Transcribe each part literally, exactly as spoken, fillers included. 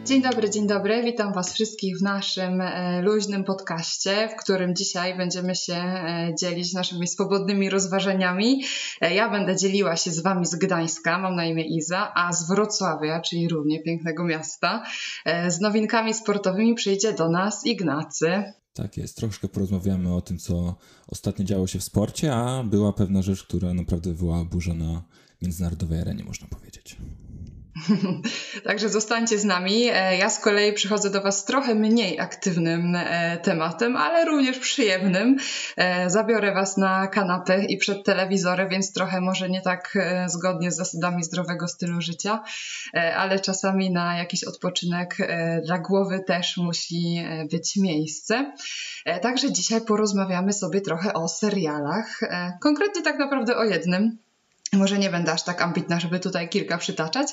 Dzień dobry, dzień dobry. Witam Was wszystkich w naszym e, luźnym podcaście, w którym dzisiaj będziemy się e, dzielić naszymi swobodnymi rozważaniami. E, ja będę dzieliła się z Wami z Gdańska, mam na imię Iza, a z Wrocławia, czyli równie pięknego miasta, e, z nowinkami sportowymi przyjdzie do nas Ignacy. Tak jest, troszkę porozmawiamy o tym, co ostatnio działo się w sporcie, a była pewna rzecz, która naprawdę wywołała burzę na międzynarodowej arenie, można powiedzieć. Także zostańcie z nami. Ja z kolei przychodzę do Was z trochę mniej aktywnym tematem, ale również przyjemnym. Zabiorę Was na kanapę i przed telewizorem, więc trochę może nie tak zgodnie z zasadami zdrowego stylu życia, ale czasami na jakiś odpoczynek dla głowy też musi być miejsce. Także dzisiaj porozmawiamy sobie trochę o serialach, konkretnie tak naprawdę o jednym. Może nie będę aż tak ambitna, żeby tutaj kilka przytaczać,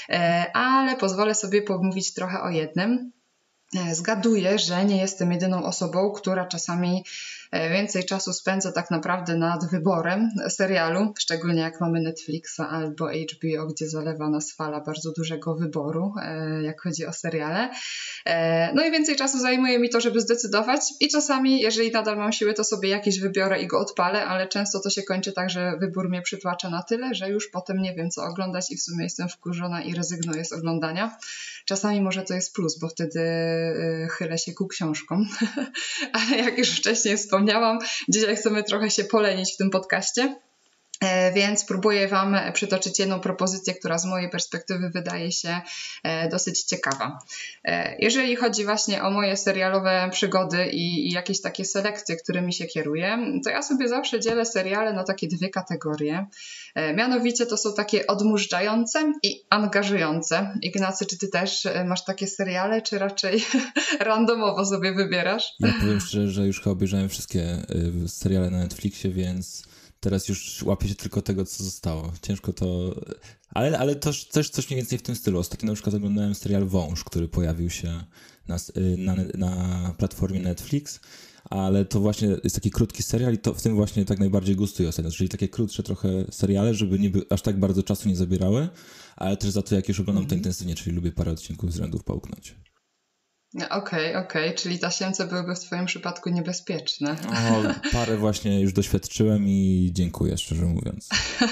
ale pozwolę sobie pomówić trochę o jednym. Zgaduję, że nie jestem jedyną osobą, która czasami więcej czasu spędza tak naprawdę nad wyborem serialu, szczególnie jak mamy Netflixa albo H B O, gdzie zalewa nas fala bardzo dużego wyboru, jak chodzi o seriale. No i więcej czasu zajmuje mi to, żeby zdecydować i czasami, jeżeli nadal mam siłę, to sobie jakiś wybiorę i go odpalę, ale często to się kończy tak, że wybór mnie przytłacza na tyle, że już potem nie wiem, co oglądać i w sumie jestem wkurzona i rezygnuję z oglądania. Czasami może to jest plus, bo wtedy chylę się ku książkom, ale jak już wcześniej wspomniałam, dzisiaj chcemy trochę się polenić w tym podcaście. Więc spróbuję Wam przytoczyć jedną propozycję, która z mojej perspektywy wydaje się dosyć ciekawa. Jeżeli chodzi właśnie o moje serialowe przygody i, i jakieś takie selekcje, którymi się kieruję, to ja sobie zawsze dzielę seriale na takie dwie kategorie. Mianowicie to są takie odmurzające i angażujące. Ignacy, czy Ty też masz takie seriale, czy raczej randomowo sobie wybierasz? Ja powiem szczerze, że już chyba obejrzałem wszystkie seriale na Netflixie, więc teraz już łapię się tylko tego, co zostało. Ciężko to... Ale, ale to też coś mniej więcej w tym stylu. Ostatnio na przykład oglądałem serial Wąż, który pojawił się na, na, na platformie Netflix, ale to właśnie jest taki krótki serial i to w tym właśnie tak najbardziej gustuję ostatnio. Czyli takie krótsze trochę seriale, żeby nie, aż tak bardzo czasu nie zabierały, ale też za to, jak już oglądam to intensywnie, czyli lubię parę odcinków z rzędów połknąć. Okej, okay, okej, okay. Czyli tasiemce byłyby w Twoim przypadku niebezpieczne. O, parę właśnie już doświadczyłem i dziękuję, szczerze mówiąc.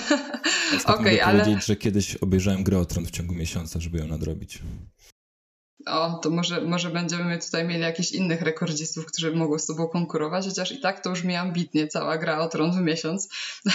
Okej, okay, ale... powiedzieć, że kiedyś obejrzałem Grę o Tron w ciągu miesiąca, żeby ją nadrobić. O, to może, może będziemy tutaj mieli jakichś innych rekordzistów, którzy mogą z tobą konkurować, chociaż i tak to już mi ambitnie cała Gra o Tron w miesiąc.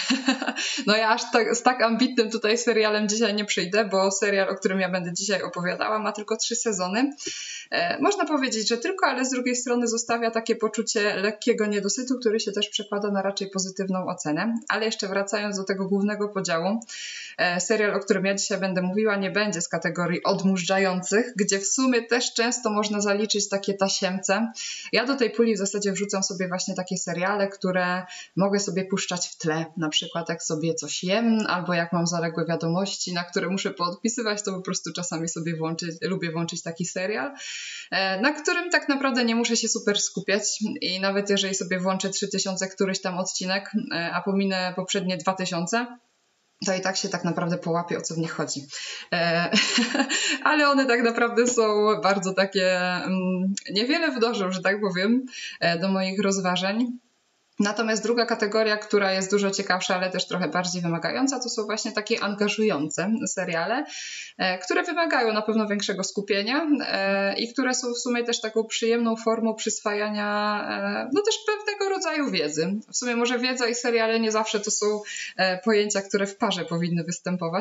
No ja aż tak, z tak ambitnym tutaj serialem dzisiaj nie przyjdę, bo serial, o którym ja będę dzisiaj opowiadała, ma tylko trzy sezony. E, można powiedzieć, że tylko, ale z drugiej strony zostawia takie poczucie lekkiego niedosytu, który się też przekłada na raczej pozytywną ocenę. Ale jeszcze wracając do tego głównego podziału, e, serial, o którym ja dzisiaj będę mówiła, nie będzie z kategorii odmurzających, gdzie w sumie też często można zaliczyć takie tasiemce. Ja do tej puli w zasadzie wrzucam sobie właśnie takie seriale, które mogę sobie puszczać w tle. Na przykład jak sobie coś jem, albo jak mam zaległe wiadomości, na które muszę poodpisywać, to po prostu czasami sobie włączyć, lubię włączyć taki serial, na którym tak naprawdę nie muszę się super skupiać i nawet jeżeli sobie włączę trzy tysiące któryś tam odcinek, a pominę poprzednie dwa tysiące, to i tak się tak naprawdę połapie, o co w nich chodzi. E, ale one tak naprawdę są bardzo takie, mm, niewiele wnoszą, że tak powiem, do moich rozważań. Natomiast druga kategoria, która jest dużo ciekawsza, ale też trochę bardziej wymagająca, to są właśnie takie angażujące seriale, które wymagają na pewno większego skupienia i które są w sumie też taką przyjemną formą przyswajania no też pewnego rodzaju wiedzy. W sumie może wiedza i seriale nie zawsze to są pojęcia, które w parze powinny występować,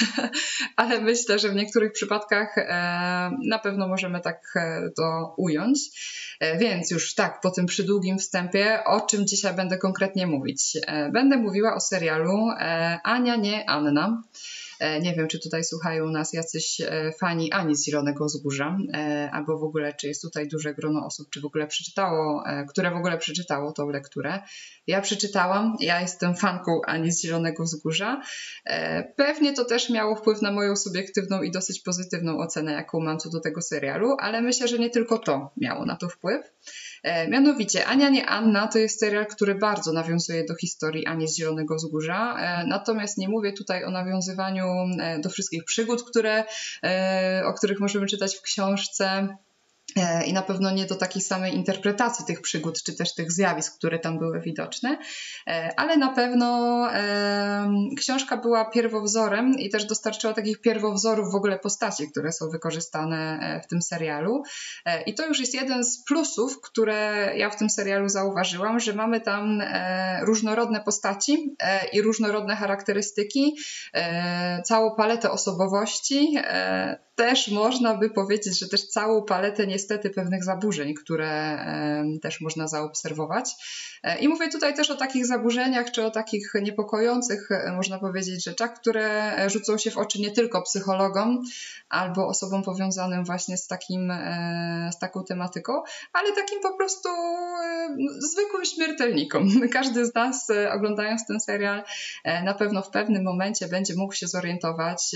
ale myślę, że w niektórych przypadkach na pewno możemy tak to ująć. Więc już tak, po tym przydługim wstępie, o czym dzisiaj będę konkretnie mówić? Będę mówiła o serialu Ania, nie Anna. Nie wiem, czy tutaj słuchają nas jacyś fani Ani z Zielonego Wzgórza, albo w ogóle, czy jest tutaj duże grono osób, czy w ogóle przeczytało, które w ogóle przeczytało tą lekturę. Ja przeczytałam, ja jestem fanką Ani z Zielonego Wzgórza. Pewnie to też miało wpływ na moją subiektywną i dosyć pozytywną ocenę, jaką mam co do tego serialu, ale myślę, że nie tylko to miało na to wpływ. Mianowicie Ania nie Anna to jest serial, który bardzo nawiązuje do historii Ani z Zielonego Wzgórza, natomiast nie mówię tutaj o nawiązywaniu do wszystkich przygód, które, o których możemy czytać w książce, i na pewno nie do takiej samej interpretacji tych przygód, czy też tych zjawisk, które tam były widoczne, ale na pewno książka była pierwowzorem i też dostarczyła takich pierwowzorów w ogóle postaci, które są wykorzystane w tym serialu. I to już jest jeden z plusów, które ja w tym serialu zauważyłam, że mamy tam różnorodne postaci i różnorodne charakterystyki, całą paletę osobowości. Też można by powiedzieć, że też całą paletę niestety pewnych zaburzeń, które też można zaobserwować. I mówię tutaj też o takich zaburzeniach, czy o takich niepokojących, można powiedzieć, rzeczach, które rzucą się w oczy nie tylko psychologom albo osobom powiązanym właśnie z, takim, z taką tematyką, ale takim po prostu zwykłym śmiertelnikom. Każdy z nas, oglądając ten serial, na pewno w pewnym momencie będzie mógł się zorientować,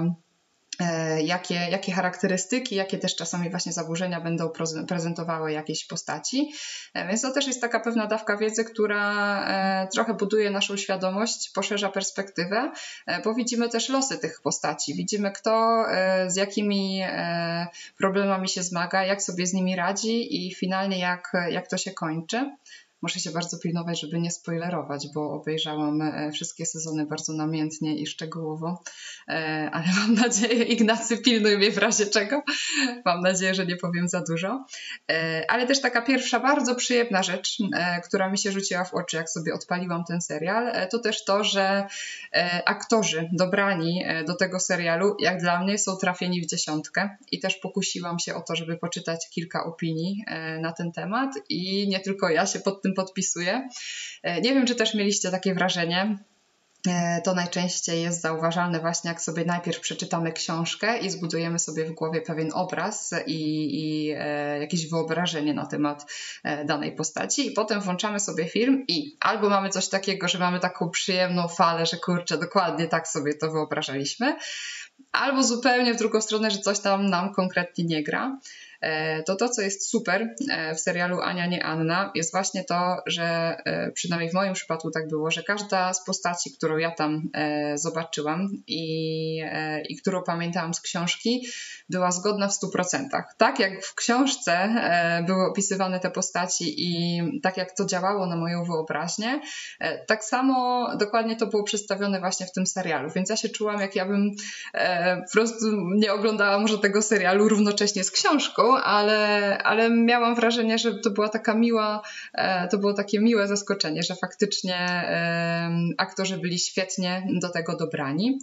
Jakie, jakie charakterystyki, jakie też czasami właśnie zaburzenia będą prezentowały jakieś postaci. Więc to też jest taka pewna dawka wiedzy, która trochę buduje naszą świadomość, poszerza perspektywę, bo widzimy też losy tych postaci. Widzimy, kto z jakimi problemami się zmaga, jak sobie z nimi radzi i finalnie jak, jak to się kończy. Muszę się bardzo pilnować, żeby nie spoilerować, bo obejrzałam wszystkie sezony bardzo namiętnie i szczegółowo, ale mam nadzieję, Ignacy, pilnuj mnie w razie czego. Mam nadzieję, że nie powiem za dużo. Ale też taka pierwsza bardzo przyjemna rzecz, która mi się rzuciła w oczy, jak sobie odpaliłam ten serial, to też to, że aktorzy dobrani do tego serialu, jak dla mnie, są trafieni w dziesiątkę i też pokusiłam się o to, żeby poczytać kilka opinii na ten temat i nie tylko ja się pod tym podpisuję. Nie wiem, czy też mieliście takie wrażenie. To najczęściej jest zauważalne właśnie, jak sobie najpierw przeczytamy książkę i zbudujemy sobie w głowie pewien obraz i, i e, jakieś wyobrażenie na temat e, danej postaci i potem włączamy sobie film i albo mamy coś takiego, że mamy taką przyjemną falę, że kurczę, dokładnie tak sobie to wyobrażaliśmy, albo zupełnie w drugą stronę, że coś tam nam konkretnie nie gra. To to, co jest super w serialu Ania nie Anna, jest właśnie to, że przynajmniej w moim przypadku tak było, że każda z postaci, którą ja tam zobaczyłam i, i którą pamiętałam z książki, była zgodna w stu procentach. Tak jak w książce były opisywane te postaci i tak jak to działało na moją wyobraźnię, tak samo dokładnie to było przedstawione właśnie w tym serialu. Więc ja się czułam, jak ja bym po prostu nie oglądała może tego serialu równocześnie z książką, Ale, ale miałam wrażenie, że to była taka miła, to było takie miłe zaskoczenie, że faktycznie aktorzy byli świetnie do tego dobrani.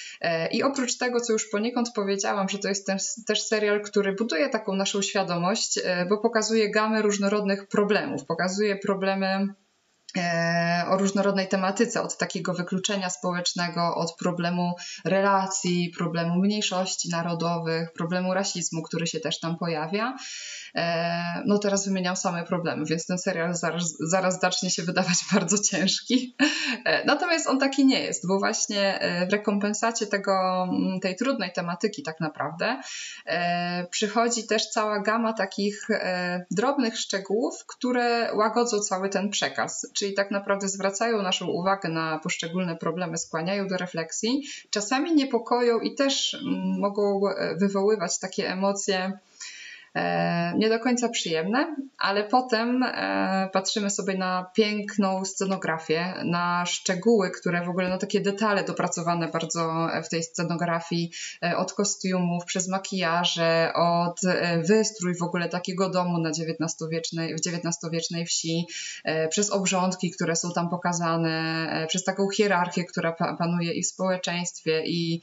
I oprócz tego, co już poniekąd powiedziałam, że to jest ten, też serial, który buduje taką naszą świadomość, bo pokazuje gamę różnorodnych problemów, pokazuje problemy o różnorodnej tematyce, od takiego wykluczenia społecznego, od problemu relacji, problemu mniejszości narodowych, problemu rasizmu, który się też tam pojawia. No teraz wymieniam same problemy, więc ten serial zaraz, zaraz zacznie się wydawać bardzo ciężki. Natomiast on taki nie jest, bo właśnie w rekompensacie tego, tej trudnej tematyki tak naprawdę przychodzi też cała gama takich drobnych szczegółów, które łagodzą cały ten przekaz, czyli tak naprawdę zwracają naszą uwagę na poszczególne problemy, skłaniają do refleksji, czasami niepokoją i też mogą wywoływać takie emocje nie do końca przyjemne, ale potem patrzymy sobie na piękną scenografię, na szczegóły, które w ogóle, no takie detale dopracowane bardzo w tej scenografii, od kostiumów, przez makijaże, od wystrój w ogóle takiego domu na dziewiętnastowiecznej, w dziewiętnastowiecznej wsi, przez obrządki, które są tam pokazane, przez taką hierarchię, która panuje i w społeczeństwie, i,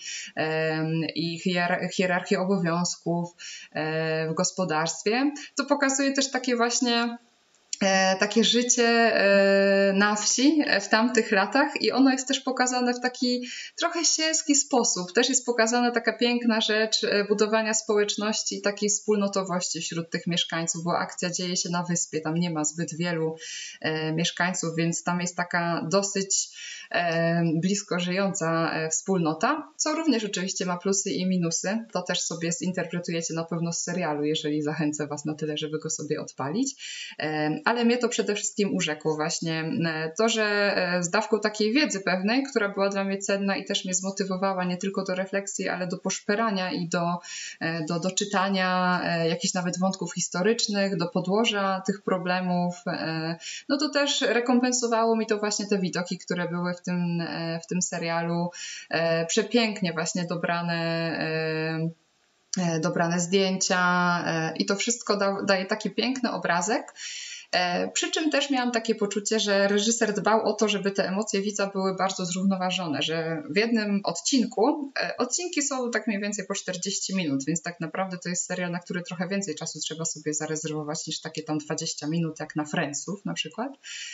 i hierarchię obowiązków w gospodarstwie. gospodarstwie, to pokazuje też takie właśnie e, takie życie e, na wsi w tamtych latach i ono jest też pokazane w taki trochę sielski sposób. Też jest pokazana taka piękna rzecz budowania społeczności i takiej wspólnotowości wśród tych mieszkańców, bo akcja dzieje się na wyspie, tam nie ma zbyt wielu e, mieszkańców, więc tam jest taka dosyć blisko żyjąca wspólnota, co również oczywiście ma plusy i minusy. To też sobie zinterpretujecie na pewno z serialu, jeżeli zachęcę Was na tyle, żeby go sobie odpalić. Ale mnie to przede wszystkim urzekło właśnie to, że z dawką takiej wiedzy pewnej, która była dla mnie cenna i też mnie zmotywowała nie tylko do refleksji, ale do poszperania i do, do, do czytania jakichś nawet wątków historycznych, do podłoża tych problemów, no to też rekompensowało mi to właśnie te widoki, które były w tym, w tym serialu, przepięknie właśnie dobrane, dobrane zdjęcia i to wszystko da, daje taki piękny obrazek. Przy czym też miałam takie poczucie, że reżyser dbał o to, żeby te emocje widza były bardzo zrównoważone, że w jednym odcinku, odcinki są tak mniej więcej po czterdzieści minut, więc tak naprawdę to jest serial, na który trochę więcej czasu trzeba sobie zarezerwować niż takie tam dwadzieścia minut jak na Friendsów na przykład,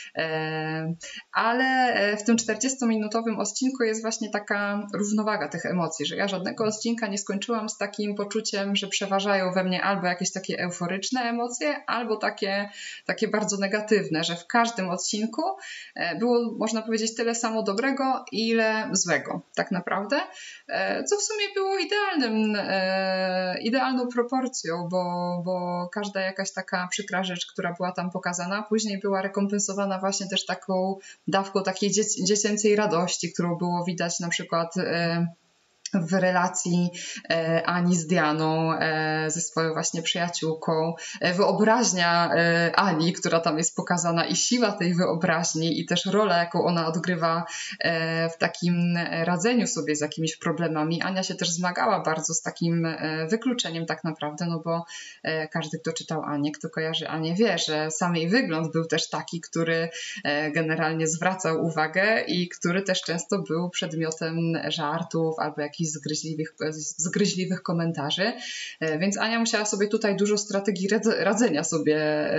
ale w tym czterdziestominutowym odcinku jest właśnie taka równowaga tych emocji, że ja żadnego odcinka nie skończyłam z takim poczuciem, że przeważają we mnie albo jakieś takie euforyczne emocje, albo takie, takie bardzo negatywne, że w każdym odcinku było, można powiedzieć, tyle samo dobrego, ile złego tak naprawdę, co w sumie było idealnym, idealną proporcją, bo, bo każda jakaś taka przykra rzecz, która była tam pokazana, później była rekompensowana właśnie też taką dawką takiej dzieci, dziecięcej radości, którą było widać na przykład w relacji Ani z Dianą, ze swoją właśnie przyjaciółką. Wyobraźnia Ani, która tam jest pokazana i siła tej wyobraźni i też rola, jaką ona odgrywa w takim radzeniu sobie z jakimiś problemami. Ania się też zmagała bardzo z takim wykluczeniem tak naprawdę, no bo każdy, kto czytał Anię, kto kojarzy Anię, wie, że sam jej wygląd był też taki, który generalnie zwracał uwagę i który też często był przedmiotem żartów albo jakichś Zgryźliwych, zgryźliwych komentarzy, więc Ania musiała sobie tutaj dużo strategii radzenia sobie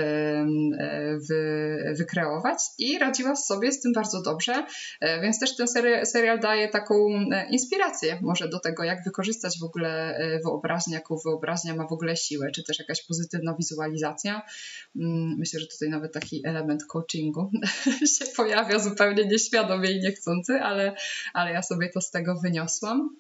wy, wykreować i radziła sobie z tym bardzo dobrze, więc też ten serial, serial daje taką inspirację może do tego, jak wykorzystać w ogóle wyobraźnię, jaką wyobraźnia ma w ogóle siłę, czy też jakaś pozytywna wizualizacja. Myślę, że tutaj nawet taki element coachingu się pojawia zupełnie nieświadomie i niechcący, ale, ale ja sobie to z tego wyniosłam.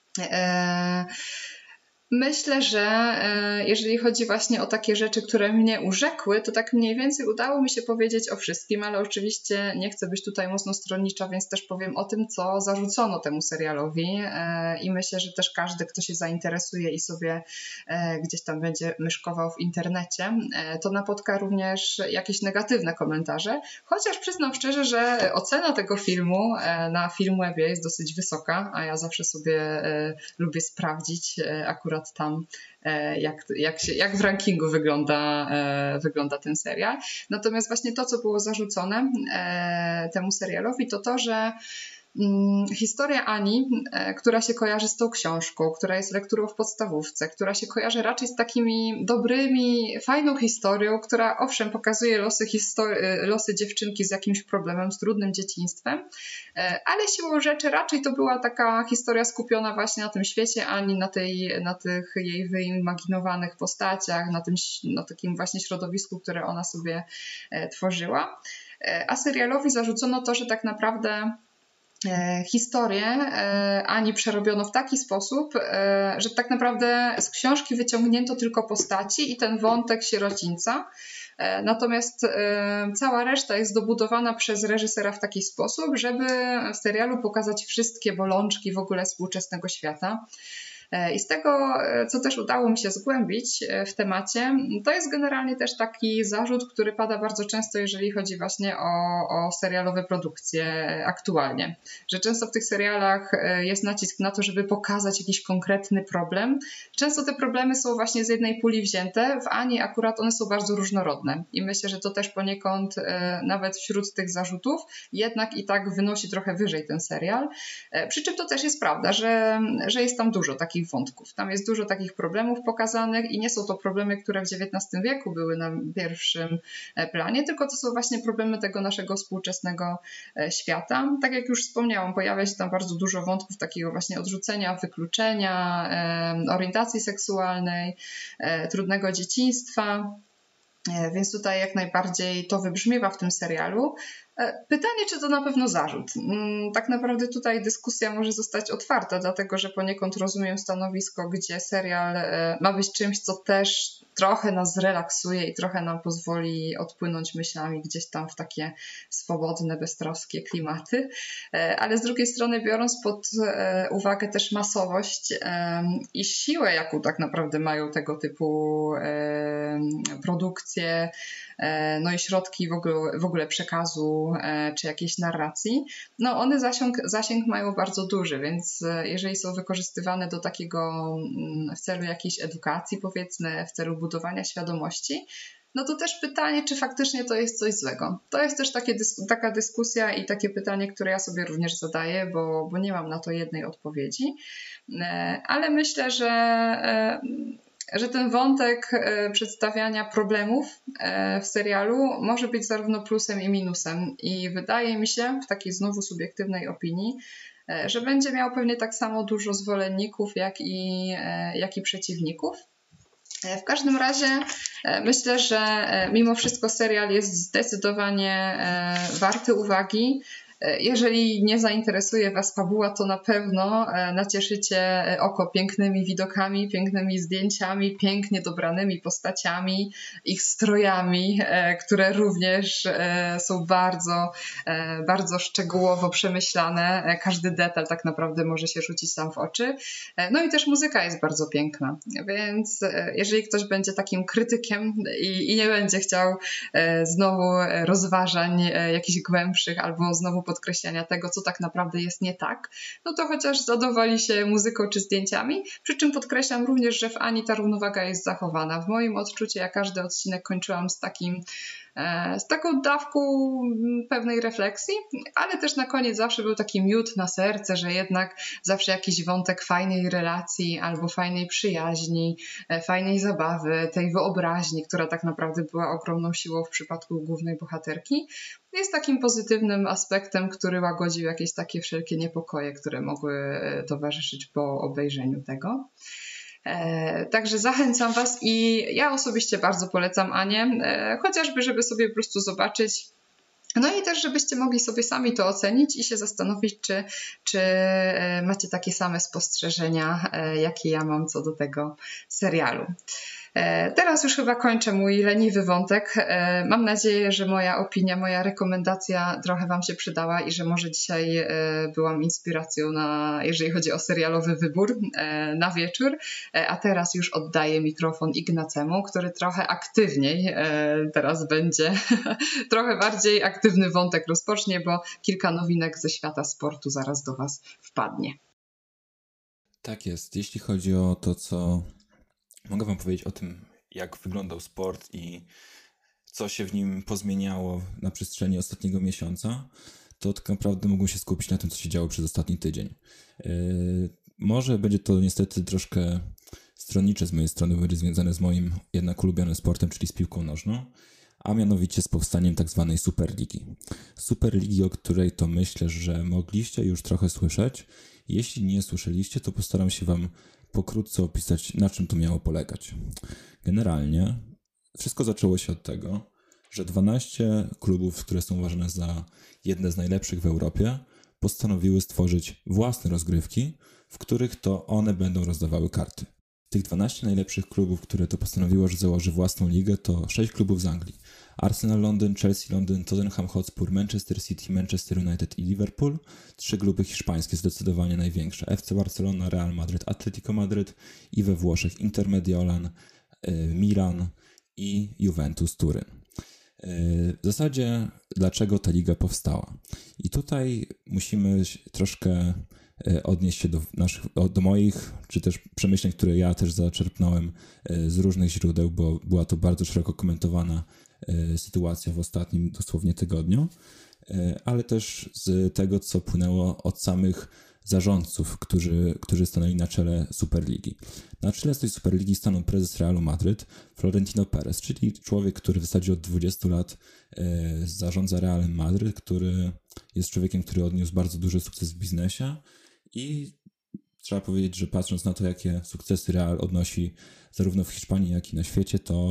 Myślę, że jeżeli chodzi właśnie o takie rzeczy, które mnie urzekły, to tak mniej więcej udało mi się powiedzieć o wszystkim, ale oczywiście nie chcę być tutaj mocno stronnicza, więc też powiem o tym, co zarzucono temu serialowi i myślę, że też każdy, kto się zainteresuje i sobie gdzieś tam będzie myszkował w internecie, to napotka również jakieś negatywne komentarze, chociaż przyznam szczerze, że ocena tego filmu na Filmwebie jest dosyć wysoka, a ja zawsze sobie lubię sprawdzić akurat tam, jak, jak, się, jak w rankingu wygląda, wygląda ten serial. Natomiast właśnie to, co było zarzucone temu serialowi, to to, że historia Ani, która się kojarzy z tą książką, która jest lekturą w podstawówce, która się kojarzy raczej z takimi dobrymi, fajną historią, która owszem pokazuje losy, histori- losy dziewczynki z jakimś problemem, z trudnym dzieciństwem, ale siłą rzeczy raczej to była taka historia skupiona właśnie na tym świecie Ani, na, tej, na tych jej wyimaginowanych postaciach, na, tym, na takim właśnie środowisku, które ona sobie tworzyła. A serialowi zarzucono to, że tak naprawdę historię Ani przerobiono w taki sposób, że tak naprawdę z książki wyciągnięto tylko postaci i ten wątek sierocińca. Natomiast cała reszta jest dobudowana przez reżysera w taki sposób, żeby w serialu pokazać wszystkie bolączki w ogóle współczesnego świata. I z tego, co też udało mi się zgłębić w temacie, to jest generalnie też taki zarzut, który pada bardzo często, jeżeli chodzi właśnie o, o serialowe produkcje aktualnie. Że często w tych serialach jest nacisk na to, żeby pokazać jakiś konkretny problem. Często te problemy są właśnie z jednej puli wzięte, w Ani akurat one są bardzo różnorodne. I myślę, że to też poniekąd nawet wśród tych zarzutów jednak i tak wynosi trochę wyżej ten serial. Przy czym to też jest prawda, że, że jest tam dużo takich wątków. Tam jest dużo takich problemów pokazanych i nie są to problemy, które w dziewiętnastym wieku były na pierwszym planie, tylko to są właśnie problemy tego naszego współczesnego świata. Tak jak już wspomniałam, pojawia się tam bardzo dużo wątków takiego właśnie odrzucenia, wykluczenia, orientacji seksualnej, trudnego dzieciństwa. Więc tutaj jak najbardziej to wybrzmiewa w tym serialu. Pytanie, czy to na pewno zarzut? Tak naprawdę tutaj dyskusja może zostać otwarta, dlatego że poniekąd rozumiem stanowisko, gdzie serial ma być czymś, co też trochę nas zrelaksuje i trochę nam pozwoli odpłynąć myślami gdzieś tam w takie swobodne, beztroskie klimaty. Ale z drugiej strony, biorąc pod uwagę też masowość i siłę, jaką tak naprawdę mają tego typu produkcje, no i środki w ogóle, w ogóle przekazu czy jakiejś narracji, no one zasięg, zasięg mają bardzo duży, więc jeżeli są wykorzystywane do takiego w celu jakiejś edukacji, powiedzmy, w celu budowania świadomości, no to też pytanie, czy faktycznie to jest coś złego. To jest też takie, taka dyskusja i takie pytanie, które ja sobie również zadaję, bo, bo nie mam na to jednej odpowiedzi, ale myślę, że że ten wątek przedstawiania problemów w serialu może być zarówno plusem i minusem i wydaje mi się, w takiej znowu subiektywnej opinii, że będzie miał pewnie tak samo dużo zwolenników, jak i, jak i przeciwników. W każdym razie myślę, że mimo wszystko serial jest zdecydowanie warty uwagi. Jeżeli nie zainteresuje Was fabuła, to na pewno nacieszycie oko pięknymi widokami, pięknymi zdjęciami, pięknie dobranymi postaciami, ich strojami, które również są bardzo, bardzo szczegółowo przemyślane. Każdy detal tak naprawdę może się rzucić tam w oczy. No i też muzyka jest bardzo piękna, więc jeżeli ktoś będzie takim krytykiem i, i nie będzie chciał znowu rozważań jakichś głębszych albo znowu podkreślenia tego, co tak naprawdę jest nie tak, no to chociaż zadowoli się muzyką czy zdjęciami, przy czym podkreślam również, że w Ani ta równowaga jest zachowana. W moim odczuciu ja każdy odcinek kończyłam z takim z taką dawką pewnej refleksji, ale też na koniec zawsze był taki miód na serce, że jednak zawsze jakiś wątek fajnej relacji albo fajnej przyjaźni, fajnej zabawy, tej wyobraźni, która tak naprawdę była ogromną siłą w przypadku głównej bohaterki, jest takim pozytywnym aspektem, który łagodził jakieś takie wszelkie niepokoje, które mogły towarzyszyć po obejrzeniu tego. Także zachęcam Was i ja osobiście bardzo polecam Anię, chociażby żeby sobie po prostu zobaczyć, no i też żebyście mogli sobie sami to ocenić i się zastanowić, czy, czy macie takie same spostrzeżenia, jakie ja mam co do tego serialu. Teraz już chyba kończę mój leniwy wątek. Mam nadzieję, że moja opinia, moja rekomendacja trochę Wam się przydała i że może dzisiaj byłam inspiracją, na, jeżeli chodzi o serialowy wybór na wieczór. A teraz już oddaję mikrofon Ignacemu, który trochę aktywniej teraz będzie, trochę bardziej aktywny wątek rozpocznie, bo kilka nowinek ze świata sportu zaraz do Was wpadnie. Tak jest. Jeśli chodzi o to, co mogę Wam powiedzieć o tym, jak wyglądał sport i co się w nim pozmieniało na przestrzeni ostatniego miesiąca, to tak naprawdę mógłbym się skupić na tym, co się działo przez ostatni tydzień. Yy, może będzie to niestety troszkę stronnicze z mojej strony, będzie związane z moim jednak ulubionym sportem, czyli z piłką nożną, a mianowicie z powstaniem tak zwanej Superligi. Superligi, o której to myślę, że mogliście już trochę słyszeć. Jeśli nie słyszeliście, to postaram się Wam pokrótce opisać, na czym to miało polegać. Generalnie wszystko zaczęło się od tego, że dwanaście klubów, które są uważane za jedne z najlepszych w Europie, postanowiły stworzyć własne rozgrywki, w których to one będą rozdawały karty. Tych dwanaście najlepszych klubów, które to postanowiło, że założy własną ligę, to sześć klubów z Anglii. Arsenal Londyn, Chelsea Londyn, Tottenham Hotspur, Manchester City, Manchester United i Liverpool. Trzy kluby hiszpańskie zdecydowanie największe. F C Barcelona, Real Madrid, Atletico Madryt i we Włoszech Inter Mediolan, Milan i Juventus Turyn. W zasadzie dlaczego ta liga powstała? I tutaj musimy troszkę odnieść się do, naszych, do moich, czy też przemyśleń, które ja też zaczerpnąłem z różnych źródeł, bo była to bardzo szeroko komentowana sytuacja w ostatnim dosłownie tygodniu, ale też z tego, co płynęło od samych zarządców, którzy, którzy stanęli na czele Superligi. Na czele tej Superligi stanął prezes Realu Madryt, Florentino Perez, czyli człowiek, który w zasadzie od dwudziestu lat zarządza Realem Madryt, który jest człowiekiem, który odniósł bardzo duży sukces w biznesie i trzeba powiedzieć, że patrząc na to, jakie sukcesy Real odnosi zarówno w Hiszpanii, jak i na świecie, to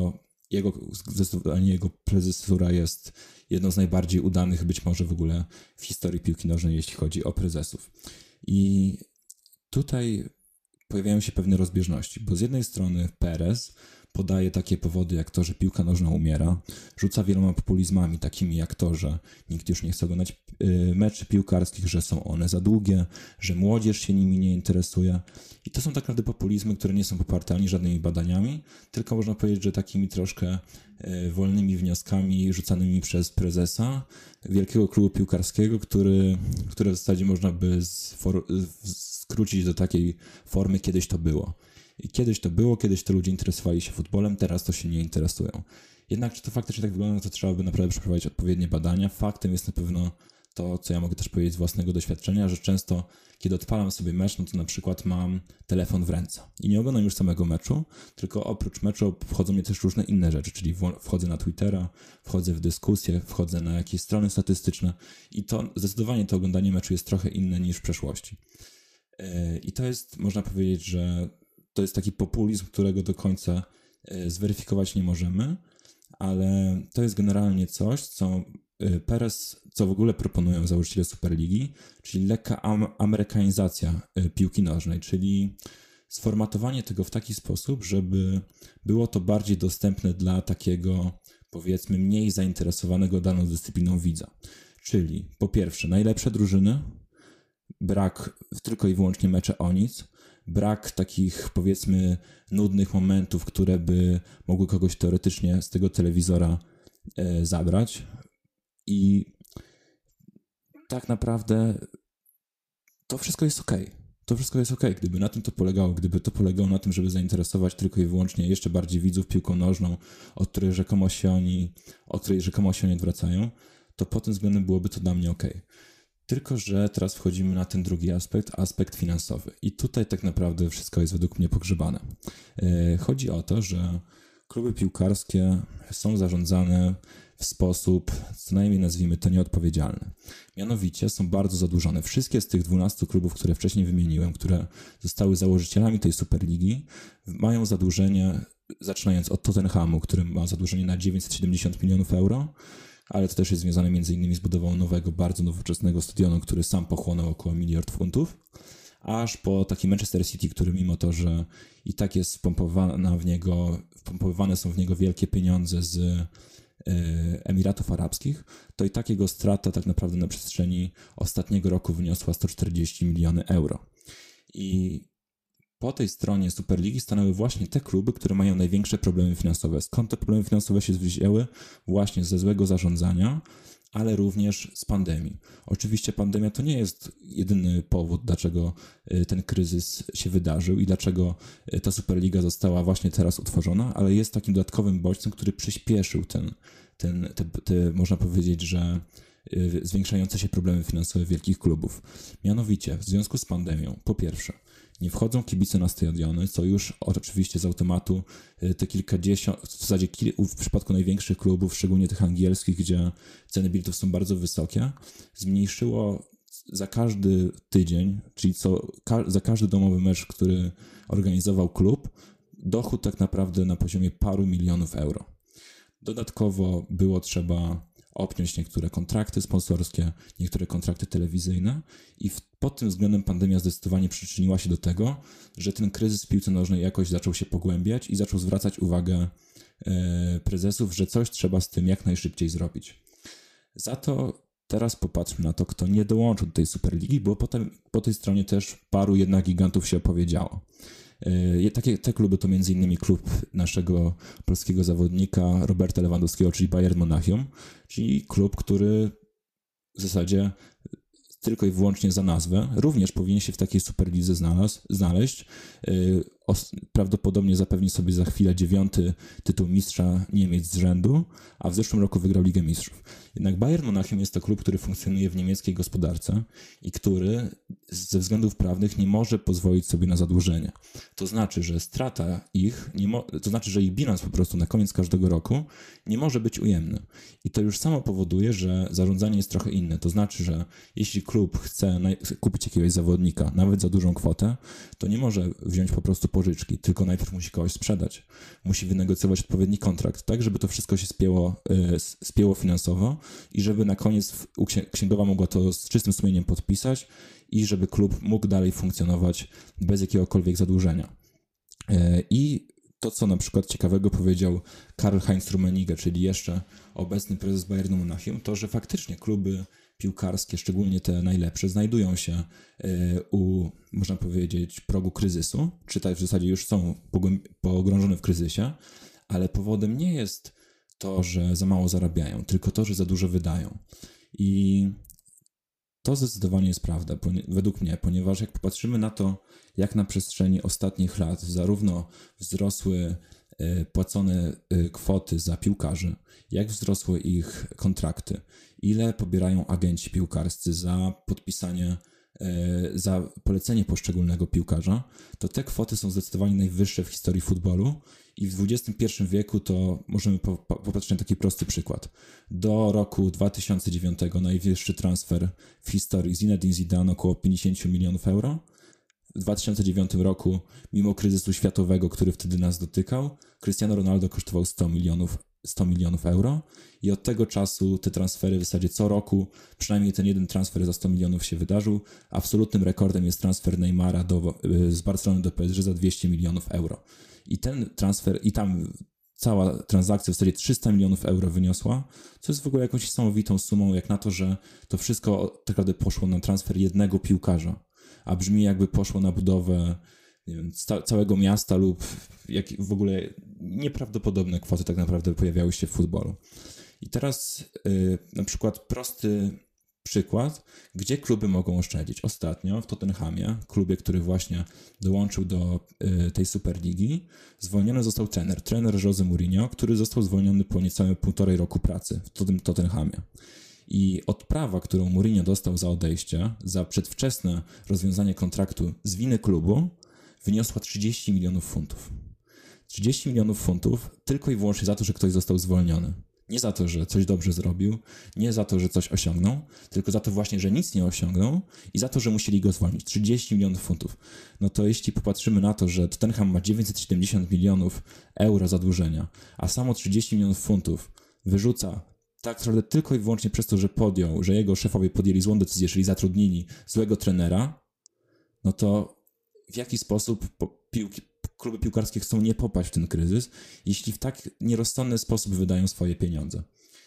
jego, zdecydowanie jego prezesura jest jedną z najbardziej udanych być może w ogóle w historii piłki nożnej, jeśli chodzi o prezesów. I tutaj pojawiają się pewne rozbieżności, bo z jednej strony Perez podaje takie powody jak to, że piłka nożna umiera, rzuca wieloma populizmami, takimi jak to, że nikt już nie chce oglądać meczy piłkarskich, że są one za długie, że młodzież się nimi nie interesuje. I to są tak naprawdę populizmy, które nie są poparte ani żadnymi badaniami, tylko można powiedzieć, że takimi troszkę wolnymi wnioskami rzucanymi przez prezesa wielkiego klubu piłkarskiego, który, które w zasadzie można by sfor- skrócić do takiej formy kiedyś to było. I kiedyś to było, kiedyś to ludzie interesowali się futbolem, teraz to się nie interesują. Jednak czy to faktycznie tak wygląda, to trzeba by naprawdę przeprowadzić odpowiednie badania. Faktem jest na pewno to, co ja mogę też powiedzieć z własnego doświadczenia, że często, kiedy odpalam sobie mecz, no to na przykład mam telefon w ręce i nie oglądam już samego meczu, tylko oprócz meczu wchodzą mnie też różne inne rzeczy, czyli wchodzę na Twittera, wchodzę w dyskusje, wchodzę na jakieś strony statystyczne i to zdecydowanie to oglądanie meczu jest trochę inne niż w przeszłości. I to jest, można powiedzieć, że to jest taki populizm, którego do końca zweryfikować nie możemy, ale to jest generalnie coś, co Perez, co w ogóle proponują założyciele Superligi, czyli lekka am- amerykanizacja piłki nożnej, czyli sformatowanie tego w taki sposób, żeby było to bardziej dostępne dla takiego, powiedzmy, mniej zainteresowanego daną dyscypliną widza. Czyli po pierwsze najlepsze drużyny, brak tylko i wyłącznie mecze o nic, brak takich, powiedzmy, nudnych momentów, które by mogły kogoś teoretycznie z tego telewizora e, zabrać. I tak naprawdę to wszystko jest okej. Okay. To wszystko jest okej. Okay. Gdyby na tym to polegało, gdyby to polegało na tym, żeby zainteresować tylko i wyłącznie jeszcze bardziej widzów piłką nożną, od której rzekomo się oni, od której rzekomo się oni odwracają, to pod tym względem byłoby to dla mnie okej. Okay. Tylko że teraz wchodzimy na ten drugi aspekt, aspekt finansowy. I tutaj tak naprawdę wszystko jest według mnie pogrzebane. Chodzi o to, że kluby piłkarskie są zarządzane w sposób, co najmniej nazwijmy to, nieodpowiedzialny. Mianowicie są bardzo zadłużone. Wszystkie z tych dwunastu klubów, które wcześniej wymieniłem, które zostały założycielami tej Superligi, mają zadłużenie, zaczynając od Tottenhamu, który ma zadłużenie na dziewięćset siedemdziesiąt milionów euro, ale to też jest związane między innymi z budową nowego, bardzo nowoczesnego stadionu, który sam pochłonął około miliard funtów, aż po taki Manchester City, który mimo to, że i tak jest wpompowana w niego, wpompowane są w niego wielkie pieniądze z y, Emiratów Arabskich, to i tak jego strata tak naprawdę na przestrzeni ostatniego roku wyniosła sto czterdzieści milionów euro. I po tej stronie Superligi stanęły właśnie te kluby, które mają największe problemy finansowe. Skąd te problemy finansowe się wzięły? Właśnie ze złego zarządzania, ale również z pandemii. Oczywiście pandemia to nie jest jedyny powód, dlaczego ten kryzys się wydarzył i dlaczego ta Superliga została właśnie teraz utworzona, ale jest takim dodatkowym bodźcem, który przyspieszył ten, ten te, te, można powiedzieć, że zwiększające się problemy finansowe wielkich klubów. Mianowicie, w związku z pandemią, po pierwsze, nie wchodzą kibice na stadiony, co już oczywiście z automatu te kilkadziesiąt, w zasadzie w przypadku największych klubów, szczególnie tych angielskich, gdzie ceny biletów są bardzo wysokie, zmniejszyło za każdy tydzień, czyli co, ka- za każdy domowy mecz, który organizował klub, dochód tak naprawdę na poziomie paru milionów euro. Dodatkowo było trzeba obciąć niektóre kontrakty sponsorskie, niektóre kontrakty telewizyjne i w, pod tym względem pandemia zdecydowanie przyczyniła się do tego, że ten kryzys w piłce nożnej jakoś zaczął się pogłębiać i zaczął zwracać uwagę e, prezesów, że coś trzeba z tym jak najszybciej zrobić. Za to teraz popatrzmy na to, kto nie dołączył do tej Superligi, bo potem po tej stronie też paru jednak gigantów się opowiedziało. Takie, te kluby to między innymi klub naszego polskiego zawodnika Roberta Lewandowskiego, czyli Bayern Monachium, czyli klub, który w zasadzie tylko i wyłącznie za nazwę również powinien się w takiej Superlidze znalazł, znaleźć. Prawdopodobnie zapewni sobie za chwilę dziewiąty tytuł mistrza Niemiec z rzędu, a w zeszłym roku wygrał Ligę Mistrzów. Jednak Bayern Monachium jest to klub, który funkcjonuje w niemieckiej gospodarce i który ze względów prawnych nie może pozwolić sobie na zadłużenie. To znaczy, że strata ich, nie mo- to znaczy, że ich bilans po prostu na koniec każdego roku nie może być ujemny. I to już samo powoduje, że zarządzanie jest trochę inne. To znaczy, że jeśli klub chce kupić jakiegoś zawodnika, nawet za dużą kwotę, to nie może wziąć po prostu pożyczki, tylko najpierw musi kogoś sprzedać. Musi wynegocjować odpowiedni kontrakt, tak żeby to wszystko się spięło, spięło finansowo i żeby na koniec księgowa mogła to z czystym sumieniem podpisać i żeby klub mógł dalej funkcjonować bez jakiegokolwiek zadłużenia. I to, co na przykład ciekawego powiedział Karl-Heinz Rummenigge, czyli jeszcze obecny prezes Bayernu Monachium, to, że faktycznie kluby piłkarskie, szczególnie te najlepsze, znajdują się u, można powiedzieć, progu kryzysu, czy tak w zasadzie już są pogrążone w kryzysie, ale powodem nie jest to, że za mało zarabiają, tylko to, że za dużo wydają. I to zdecydowanie jest prawda, według mnie, ponieważ jak popatrzymy na to, jak na przestrzeni ostatnich lat zarówno wzrosły płacone kwoty za piłkarzy, jak wzrosły ich kontrakty, ile pobierają agenci piłkarscy za podpisanie, za polecenie poszczególnego piłkarza, to te kwoty są zdecydowanie najwyższe w historii futbolu i w dwudziestym pierwszym wieku to możemy popatrzeć na taki prosty przykład. Do roku dwa tysiące dziewiątego najwyższy transfer w historii Zinedine Zidane około pięćdziesiąt milionów euro. W dwa tysiące dziewiątym roku, mimo kryzysu światowego, który wtedy nas dotykał, Cristiano Ronaldo kosztował sto milionów euro i od tego czasu te transfery w zasadzie co roku, przynajmniej ten jeden transfer za sto milionów się wydarzył. Absolutnym rekordem jest transfer Neymara do, z Barcelony do P S G za dwieście milionów euro. I ten transfer, i tam cała transakcja w zasadzie trzysta milionów euro wyniosła, co jest w ogóle jakąś niesamowitą sumą, jak na to, że to wszystko tak naprawdę poszło na transfer jednego piłkarza, a brzmi jakby poszło na budowę, nie wiem, sta- całego miasta lub jak w ogóle nieprawdopodobne kwoty tak naprawdę pojawiały się w futbolu. I teraz yy, na przykład prosty przykład, gdzie kluby mogą oszczędzić. Ostatnio w Tottenhamie, klubie, który właśnie dołączył do y, tej Superligi, zwolniony został trener, trener Jose Mourinho, który został zwolniony po niecałym półtorej roku pracy w tym Tottenhamie. I odprawa, którą Mourinho dostał za odejście, za przedwczesne rozwiązanie kontraktu z winy klubu, wyniosła trzydzieści milionów funtów. trzydzieści milionów funtów tylko i wyłącznie za to, że ktoś został zwolniony. Nie za to, że coś dobrze zrobił, nie za to, że coś osiągnął, tylko za to właśnie, że nic nie osiągnął i za to, że musieli go zwolnić. trzydzieści milionów funtów. No to jeśli popatrzymy na to, że Tottenham ma dziewięćset siedemdziesiąt milionów euro zadłużenia, a samo trzydzieści milionów funtów wyrzuca tak naprawdę tylko i wyłącznie przez to, że podjął, że jego szefowie podjęli złą decyzję, czyli zatrudnili złego trenera, no to w jaki sposób piłki, kluby piłkarskie chcą nie popaść w ten kryzys, jeśli w tak nierozsądny sposób wydają swoje pieniądze.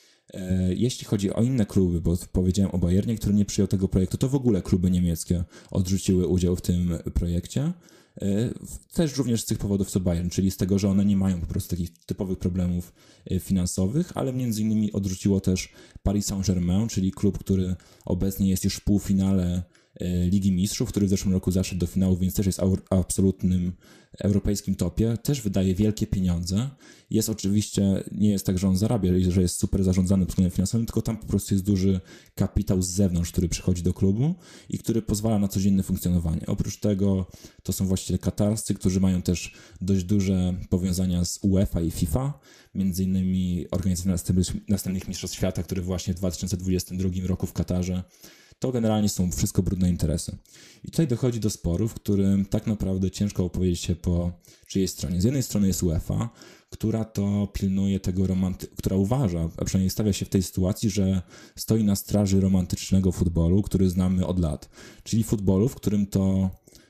E, jeśli chodzi o inne kluby, bo powiedziałem o Bayernie, który nie przyjął tego projektu, to w ogóle kluby niemieckie odrzuciły udział w tym projekcie. E, też również z tych powodów co Bayern, czyli z tego, że one nie mają po prostu takich typowych problemów finansowych, ale między innymi odrzuciło też Paris Saint-Germain, czyli klub, który obecnie jest już w półfinale Ligi Mistrzów, który w zeszłym roku zaszedł do finału, więc też jest w absolutnym europejskim topie, też wydaje wielkie pieniądze. Jest oczywiście, nie jest tak, że on zarabia, że jest super zarządzany pod względem finansowym, tylko tam po prostu jest duży kapitał z zewnątrz, który przychodzi do klubu i który pozwala na codzienne funkcjonowanie. Oprócz tego to są właściciele katarscy, którzy mają też dość duże powiązania z UEFA i FIFA, między innymi organizacja następnych mistrzostw świata, które właśnie w dwa tysiące dwudziestym drugim roku w Katarze. To generalnie są wszystko brudne interesy. I tutaj dochodzi do sporu, w którym tak naprawdę ciężko opowiedzieć się po czyjej stronie. Z jednej strony jest UEFA, która to pilnuje tego romanty... która uważa, a przynajmniej stawia się w tej sytuacji, że stoi na straży romantycznego futbolu, który znamy od lat. Czyli futbolu, w którym to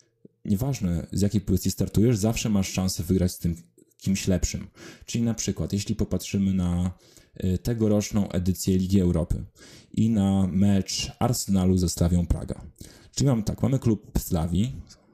nieważne z jakiej pozycji startujesz, zawsze masz szansę wygrać z tym kimś lepszym. Czyli na przykład, jeśli popatrzymy na tegoroczną edycję Ligi Europy i na mecz Arsenalu ze Slawią Praga. Czyli mamy tak, mamy klub Slawii,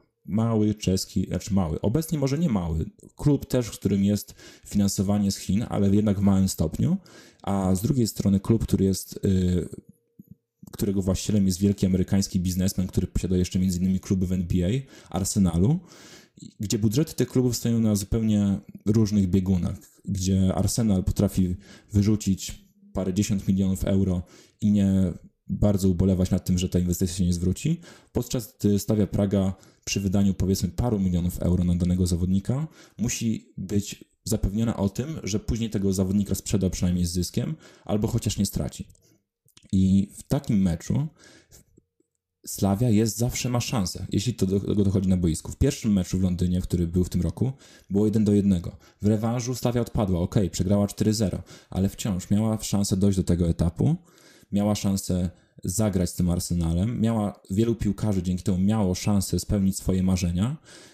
mały czeski, znaczy mały, obecnie może nie mały, klub też, w którym jest finansowanie z Chin, ale jednak w małym stopniu, a z drugiej strony klub, który jest, yy, którego właścicielem jest wielki amerykański biznesmen, który posiada jeszcze między innymi kluby w N B A, Arsenalu, gdzie budżety tych klubów stoją na zupełnie różnych biegunach, gdzie Arsenal potrafi wyrzucić parędziesiąt milionów euro i nie bardzo ubolewać nad tym, że ta inwestycja się nie zwróci, podczas gdy Slavia Praga przy wydaniu powiedzmy paru milionów euro na danego zawodnika musi być zapewniona o tym, że później tego zawodnika sprzeda przynajmniej z zyskiem albo chociaż nie straci. I w takim meczu Slavia jest, zawsze ma szansę, jeśli to do tego dochodzi na boisku. W pierwszym meczu w Londynie, który był w tym roku, było jeden do jednego. W rewanżu Slavia odpadła, okej, okay, przegrała cztery zero, ale wciąż miała szansę dojść do tego etapu, miała szansę zagrać z tym Arsenalem, miała wielu piłkarzy, dzięki temu miało szansę spełnić swoje marzenia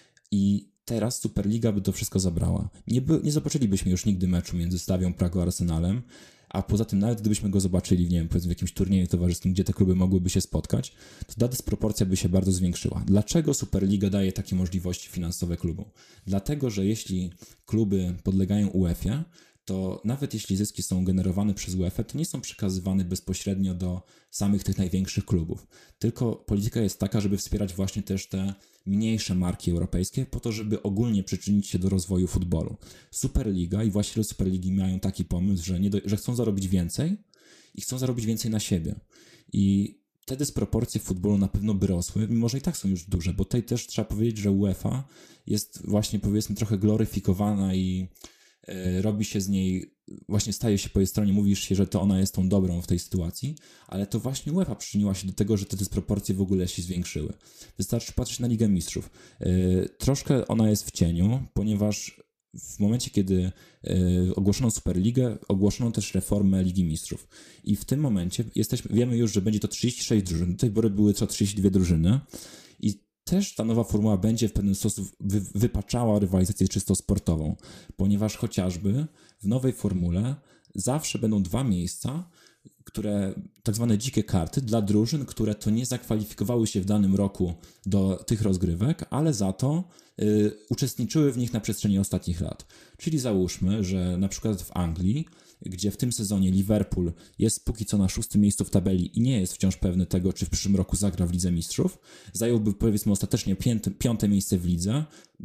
i teraz Superliga by to wszystko zabrała. Nie, by, nie zobaczylibyśmy już nigdy meczu między Slavią Pragą a Arsenalem, a poza tym nawet gdybyśmy go zobaczyli, nie wiem, powiedzmy w jakimś turnieju towarzyskim, gdzie te kluby mogłyby się spotkać, to ta dysproporcja by się bardzo zwiększyła. Dlaczego Superliga daje takie możliwości finansowe klubom? Dlatego, że jeśli kluby podlegają UEFA, to nawet jeśli zyski są generowane przez UEFA, to nie są przekazywane bezpośrednio do samych tych największych klubów. Tylko polityka jest taka, żeby wspierać właśnie też te mniejsze marki europejskie po to, żeby ogólnie przyczynić się do rozwoju futbolu. Superliga i właściciele Superligi mają taki pomysł, że, nie do, że chcą zarobić więcej i chcą zarobić więcej na siebie. I te dysproporcje w futbolu na pewno by rosły, mimo że i tak są już duże, bo tutaj też trzeba powiedzieć, że UEFA jest właśnie powiedzmy trochę gloryfikowana i robi się z niej, właśnie staje się po jej stronie, mówisz się, że to ona jest tą dobrą w tej sytuacji, ale to właśnie UEFA przyczyniła się do tego, że te dysproporcje w ogóle się zwiększyły. Wystarczy patrzeć na Ligę Mistrzów. Troszkę ona jest w cieniu, ponieważ w momencie, kiedy ogłoszono Superligę, ogłoszono też reformę Ligi Mistrzów. I w tym momencie jesteśmy, wiemy już, że będzie to trzydzieści sześć drużyn. Do tej pory były co trzydzieści dwie drużyny i też ta nowa formuła będzie w pewien sposób wy, wypaczała rywalizację czysto sportową, ponieważ chociażby w nowej formule zawsze będą dwa miejsca, które, tak zwane dzikie karty dla drużyn, które to nie zakwalifikowały się w danym roku do tych rozgrywek, ale za to y, uczestniczyły w nich na przestrzeni ostatnich lat. Czyli załóżmy, że na przykład w Anglii, gdzie w tym sezonie Liverpool jest póki co na szóstym miejscu w tabeli i nie jest wciąż pewny tego, czy w przyszłym roku zagra w Lidze Mistrzów, zająłby powiedzmy ostatecznie piąte, piąte miejsce w lidze,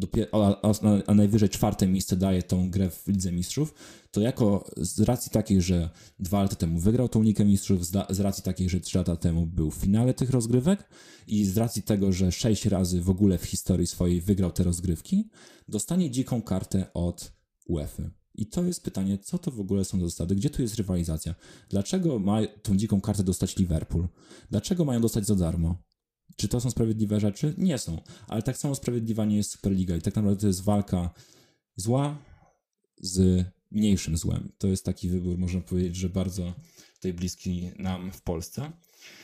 a, a, a najwyżej czwarte miejsce daje tą grę w Lidze Mistrzów, to jako z racji takiej, że dwa lata temu wygrał tą Ligę Mistrzów, z, da, z racji takiej, że trzy lata temu był w finale tych rozgrywek i z racji tego, że sześć razy w ogóle w historii swojej wygrał te rozgrywki, dostanie dziką kartę od UEFA. I to jest pytanie, co to w ogóle są za zasady, gdzie tu jest rywalizacja? Dlaczego ma tą dziką kartę dostać Liverpool? Dlaczego mają dostać za darmo? Czy to są sprawiedliwe rzeczy? Nie są, ale tak samo sprawiedliwa nie jest Superliga i tak naprawdę to jest walka zła z mniejszym złem. To jest taki wybór, można powiedzieć, że bardzo tutaj bliski nam w Polsce.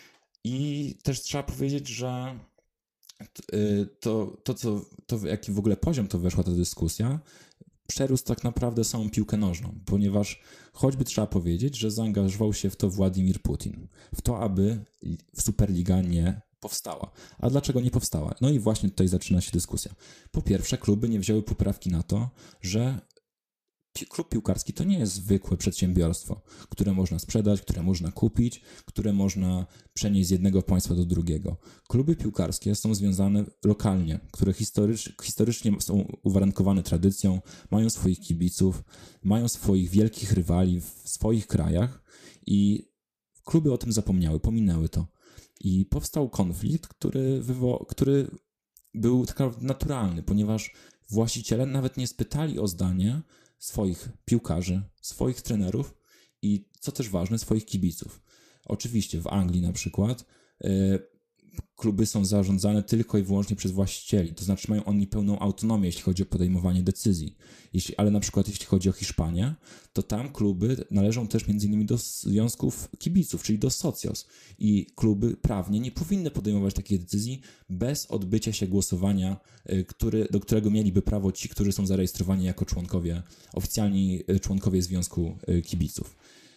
I też trzeba powiedzieć, że to, to, co, to w jaki w ogóle poziom to weszła ta dyskusja, przerósł tak naprawdę samą piłkę nożną, ponieważ choćby trzeba powiedzieć, że zaangażował się w to Władimir Putin, w to, aby Superliga nie powstała. A dlaczego nie powstała? No i właśnie tutaj zaczyna się dyskusja. Po pierwsze, kluby nie wzięły poprawki na to, że klub piłkarski to nie jest zwykłe przedsiębiorstwo, które można sprzedać, które można kupić, które można przenieść z jednego państwa do drugiego. Kluby piłkarskie są związane lokalnie, które historycz, historycznie są uwarunkowane tradycją, mają swoich kibiców, mają swoich wielkich rywali w swoich krajach i kluby o tym zapomniały, pominęły to. I powstał konflikt, który, wywo- który był tak naprawdę naturalny, ponieważ właściciele nawet nie spytali o zdanie swoich piłkarzy, swoich trenerów i, co też ważne, swoich kibiców. Oczywiście w Anglii na przykład y, kluby są zarządzane tylko i wyłącznie przez właścicieli, to znaczy mają oni pełną autonomię, jeśli chodzi o podejmowanie decyzji. Jeśli, ale na przykład jeśli chodzi o Hiszpanię, to tam kluby należą też między innymi do związków kibiców, czyli do socios. I kluby prawnie nie powinny podejmować takiej decyzji bez odbycia się głosowania, który, do którego mieliby prawo ci, którzy są zarejestrowani jako członkowie, oficjalni członkowie Związku Kibiców.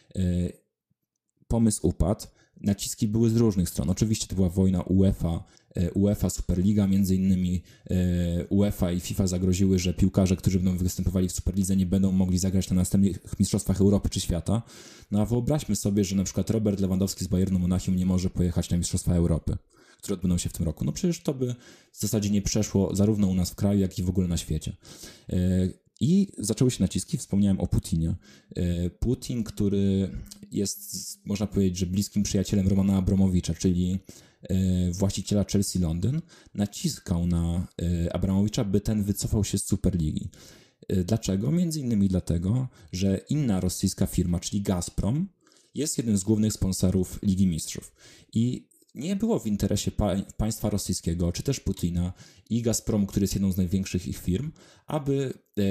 Pomysł upadł. Naciski były z różnych stron. Oczywiście to była wojna UEFA, UEFA Superliga, między innymi UEFA i FIFA zagroziły, że piłkarze, którzy będą występowali w Superlidze, nie będą mogli zagrać na następnych mistrzostwach Europy czy świata. No a wyobraźmy sobie, że na przykład Robert Lewandowski z Bayernu Monachium nie może pojechać na mistrzostwa Europy, które odbędą się w tym roku. No przecież to by w zasadzie nie przeszło zarówno u nas w kraju, jak i w ogóle na świecie. I zaczęły się naciski, wspomniałem o Putinie. Putin, który jest, można powiedzieć, że bliskim przyjacielem Romana Abramowicza, czyli właściciela Chelsea Londyn, naciskał na Abramowicza, by ten wycofał się z Superligi. Dlaczego? Między innymi dlatego, że inna rosyjska firma, czyli Gazprom, jest jednym z głównych sponsorów Ligi Mistrzów. I nie było w interesie pa- państwa rosyjskiego, czy też Putina i Gazpromu, który jest jedną z największych ich firm, aby, e,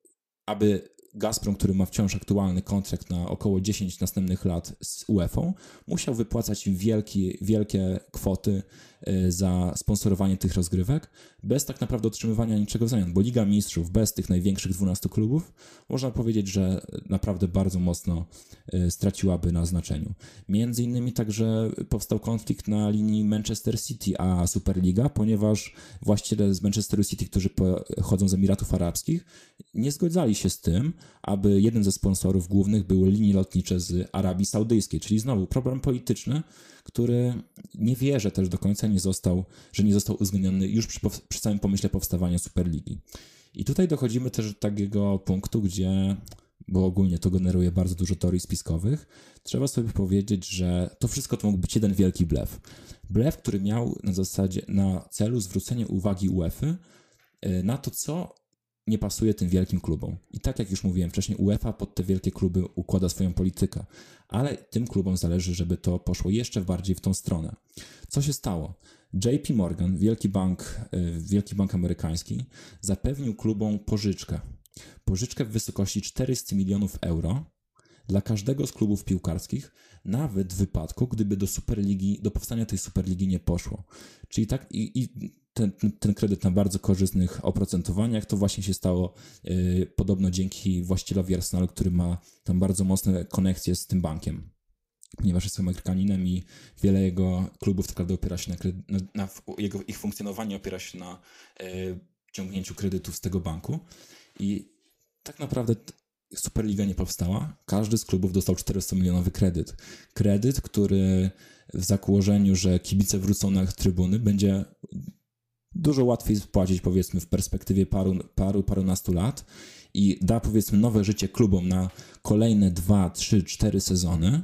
aby Gazprom, który ma wciąż aktualny kontrakt na około dziesięć następnych lat z UEFA, musiał wypłacać im wielki, wielkie kwoty za sponsorowanie tych rozgrywek, bez tak naprawdę otrzymywania niczego w zamian, bo Liga Mistrzów bez tych największych dwunastu klubów, można powiedzieć, że naprawdę bardzo mocno straciłaby na znaczeniu. Między innymi także powstał konflikt na linii Manchester City a Superliga, ponieważ właściciele z Manchesteru City, którzy pochodzą z Emiratów Arabskich, nie zgadzali się z tym, aby jeden ze sponsorów głównych były linie lotnicze z Arabii Saudyjskiej, czyli znowu problem polityczny, który nie wierzę też do końca nie został, że nie został uwzględniony już przy, przy całym pomyśle powstawania Superligi. I tutaj dochodzimy też do takiego punktu, gdzie, bo ogólnie to generuje bardzo dużo teorii spiskowych, trzeba sobie powiedzieć, że to wszystko to mógł być jeden wielki blef. Blef, który miał na zasadzie, na celu zwrócenie uwagi UEFA na to, co nie pasuje tym wielkim klubom. I tak jak już mówiłem wcześniej, UEFA pod te wielkie kluby układa swoją politykę, ale tym klubom zależy, żeby to poszło jeszcze bardziej w tą stronę. Co się stało? J P Morgan, wielki bank, wielki bank amerykański, zapewnił klubom pożyczkę. Pożyczkę w wysokości czterysta milionów euro dla każdego z klubów piłkarskich, nawet w wypadku, gdyby do Superligi, do powstania tej Superligi nie poszło. Czyli tak i, i ten, ten kredyt na bardzo korzystnych oprocentowaniach, to właśnie się stało yy, podobno dzięki właścicielowi Arsenalu, który ma tam bardzo mocne konekcje z tym bankiem, ponieważ jest Amerykaninem i wiele jego klubów tak naprawdę opiera się na, kredy- na, na jego, ich funkcjonowanie opiera się na yy, ciągnięciu kredytów z tego banku i tak naprawdę Superliga nie powstała, każdy z klubów dostał czterysta milionowy kredyt. Kredyt, który w założeniu, że kibice wrócą na trybuny, będzie dużo łatwiej spłacić, powiedzmy, w perspektywie paru, paru, parunastu lat i da, powiedzmy, nowe życie klubom na kolejne dwa, trzy, cztery sezony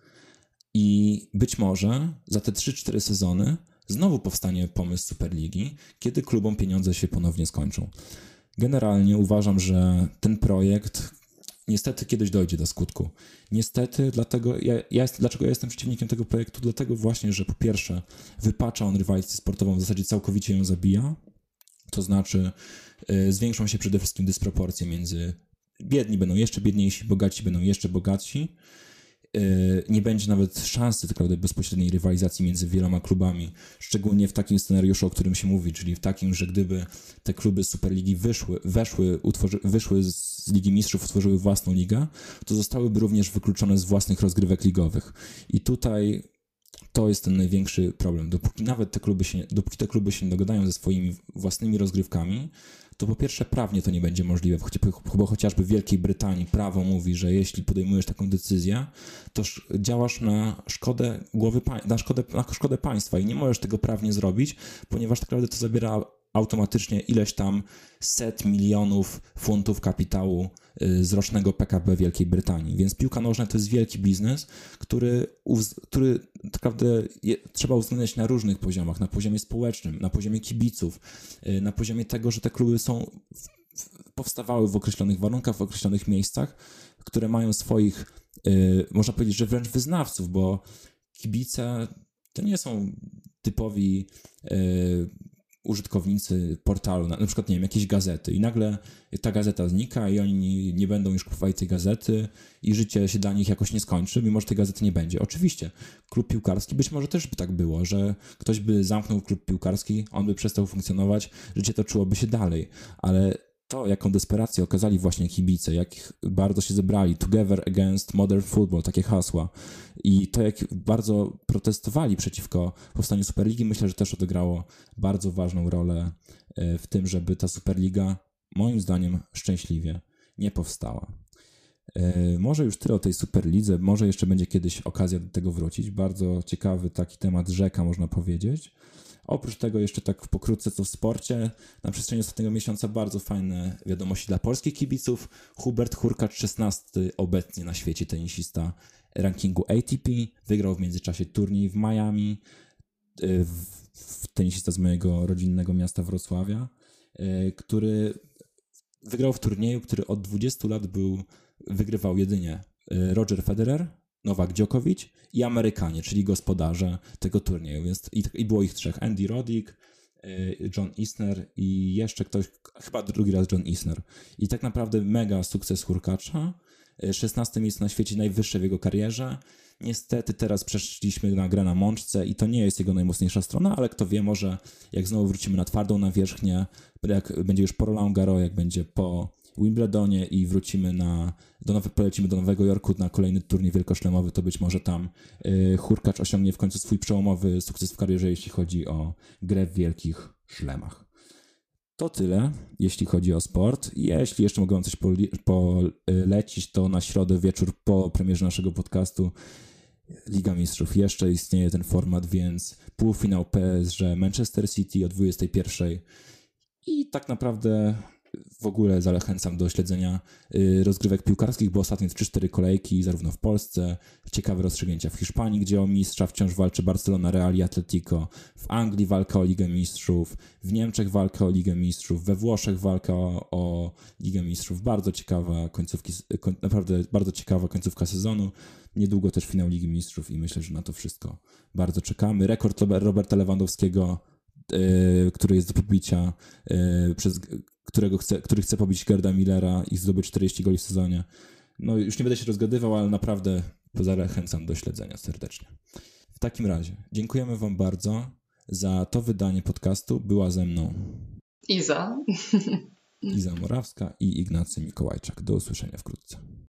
i być może za te trzy, cztery sezony znowu powstanie pomysł Superligi, kiedy klubom pieniądze się ponownie skończą. Generalnie uważam, że ten projekt niestety kiedyś dojdzie do skutku. Niestety, dlatego ja, ja jest, dlaczego ja jestem przeciwnikiem tego projektu? Dlatego właśnie, że po pierwsze wypacza on rywalizację sportową, w zasadzie całkowicie ją zabija. To znaczy yy, zwiększą się przede wszystkim dysproporcje między biedni będą jeszcze biedniejsi, bogaci będą jeszcze bogatsi. Yy, nie będzie nawet szansy tak naprawdę bezpośredniej rywalizacji między wieloma klubami, szczególnie w takim scenariuszu, o którym się mówi, czyli w takim, że gdyby te kluby Superligi wyszły, weszły, utworzy, wyszły z Ligi Mistrzów, utworzyły własną ligę, to zostałyby również wykluczone z własnych rozgrywek ligowych. I tutaj to jest ten największy problem. Dopóki nawet te kluby się, dopóki te kluby się nie dogadają ze swoimi własnymi rozgrywkami, to po pierwsze prawnie to nie będzie możliwe, bo chociażby w Wielkiej Brytanii prawo mówi, że jeśli podejmujesz taką decyzję, to działasz na szkodę głowy, na szkodę, na szkodę państwa i nie możesz tego prawnie zrobić, ponieważ tak naprawdę to zabiera automatycznie ileś tam set milionów funtów kapitału z rocznego P K B Wielkiej Brytanii. Więc piłka nożna to jest wielki biznes, który, który tak naprawdę je, trzeba uwzględniać na różnych poziomach, na poziomie społecznym, na poziomie kibiców, na poziomie tego, że te kluby są powstawały w określonych warunkach, w określonych miejscach, które mają swoich, można powiedzieć, że wręcz wyznawców, bo kibice to nie są typowi użytkownicy portalu, na, na przykład, nie wiem, jakiejś gazety i nagle ta gazeta znika i oni nie będą już kupowali tej gazety i życie się dla nich jakoś nie skończy, mimo że tej gazety nie będzie. Oczywiście, klub piłkarski być może też by tak było, że ktoś by zamknął klub piłkarski, on by przestał funkcjonować, życie toczyłoby się dalej, ale to, jaką desperację okazali właśnie kibice, jak bardzo się zebrali, Together Against Modern Football, takie hasła, i to, jak bardzo protestowali przeciwko powstaniu Superligi, myślę, że też odegrało bardzo ważną rolę w tym, żeby ta Superliga, moim zdaniem, szczęśliwie nie powstała. Może już tyle o tej Superlidze, może jeszcze będzie kiedyś okazja do tego wrócić. Bardzo ciekawy taki temat rzeka, można powiedzieć. Oprócz tego jeszcze tak pokrótce co w sporcie, na przestrzeni ostatniego miesiąca bardzo fajne wiadomości dla polskich kibiców. Hubert Hurkacz, szesnasty obecnie na świecie tenisista rankingu A T P, wygrał w międzyczasie turniej w Miami, w tenisista z mojego rodzinnego miasta Wrocławia, który wygrał w turnieju, który od dwudziestu lat był, wygrywał jedynie Roger Federer, Nowak Djokovic i Amerykanie, czyli gospodarze tego turnieju. Więc i, i było ich trzech. Andy Roddick, John Isner i jeszcze ktoś, chyba drugi raz John Isner. I tak naprawdę mega sukces Hurkacza. szesnaste miejsce na świecie, najwyższe w jego karierze. Niestety teraz przeszliśmy na grę na mączce i to nie jest jego najmocniejsza strona, ale kto wie, może jak znowu wrócimy na twardą nawierzchnię, jak będzie już po Roland Garros, jak będzie po Wimbledonie i wrócimy na, do nowe, polecimy do Nowego Jorku na kolejny turniej wielkoszlemowy, to być może tam y, Hurkacz osiągnie w końcu swój przełomowy sukces w karierze, jeśli chodzi o grę w wielkich szlemach. To tyle, jeśli chodzi o sport. Jeśli jeszcze mogę wam coś polecić, to na środę wieczór po premierze naszego podcastu Liga Mistrzów. Jeszcze istnieje ten format, więc półfinał P S G Manchester City o dwudziestej pierwszej. I tak naprawdę w ogóle zachęcam do śledzenia rozgrywek piłkarskich, bo ostatnio trzy cztery kolejki zarówno w Polsce, ciekawe rozstrzygnięcia w Hiszpanii, gdzie o mistrza wciąż walczy Barcelona, Real i Atletico, w Anglii walka o Ligę Mistrzów, w Niemczech walka o Ligę Mistrzów, we Włoszech walka o, o Ligę Mistrzów. Bardzo ciekawa końcówki, naprawdę bardzo ciekawa końcówka sezonu. Niedługo też finał Ligi Mistrzów i myślę, że na to wszystko bardzo czekamy. Rekord Roberta Lewandowskiego, Yy, który jest do pobicia, yy, przez którego chce, który chce pobić Gerda Millera i zdobyć czterdzieści goli w sezonie. No już nie będę się rozgadywał, ale naprawdę zachęcam do śledzenia serdecznie. W takim razie dziękujemy wam bardzo za to wydanie podcastu. Była ze mną Iza. Iza Morawska i Ignacy Mikołajczak. Do usłyszenia wkrótce.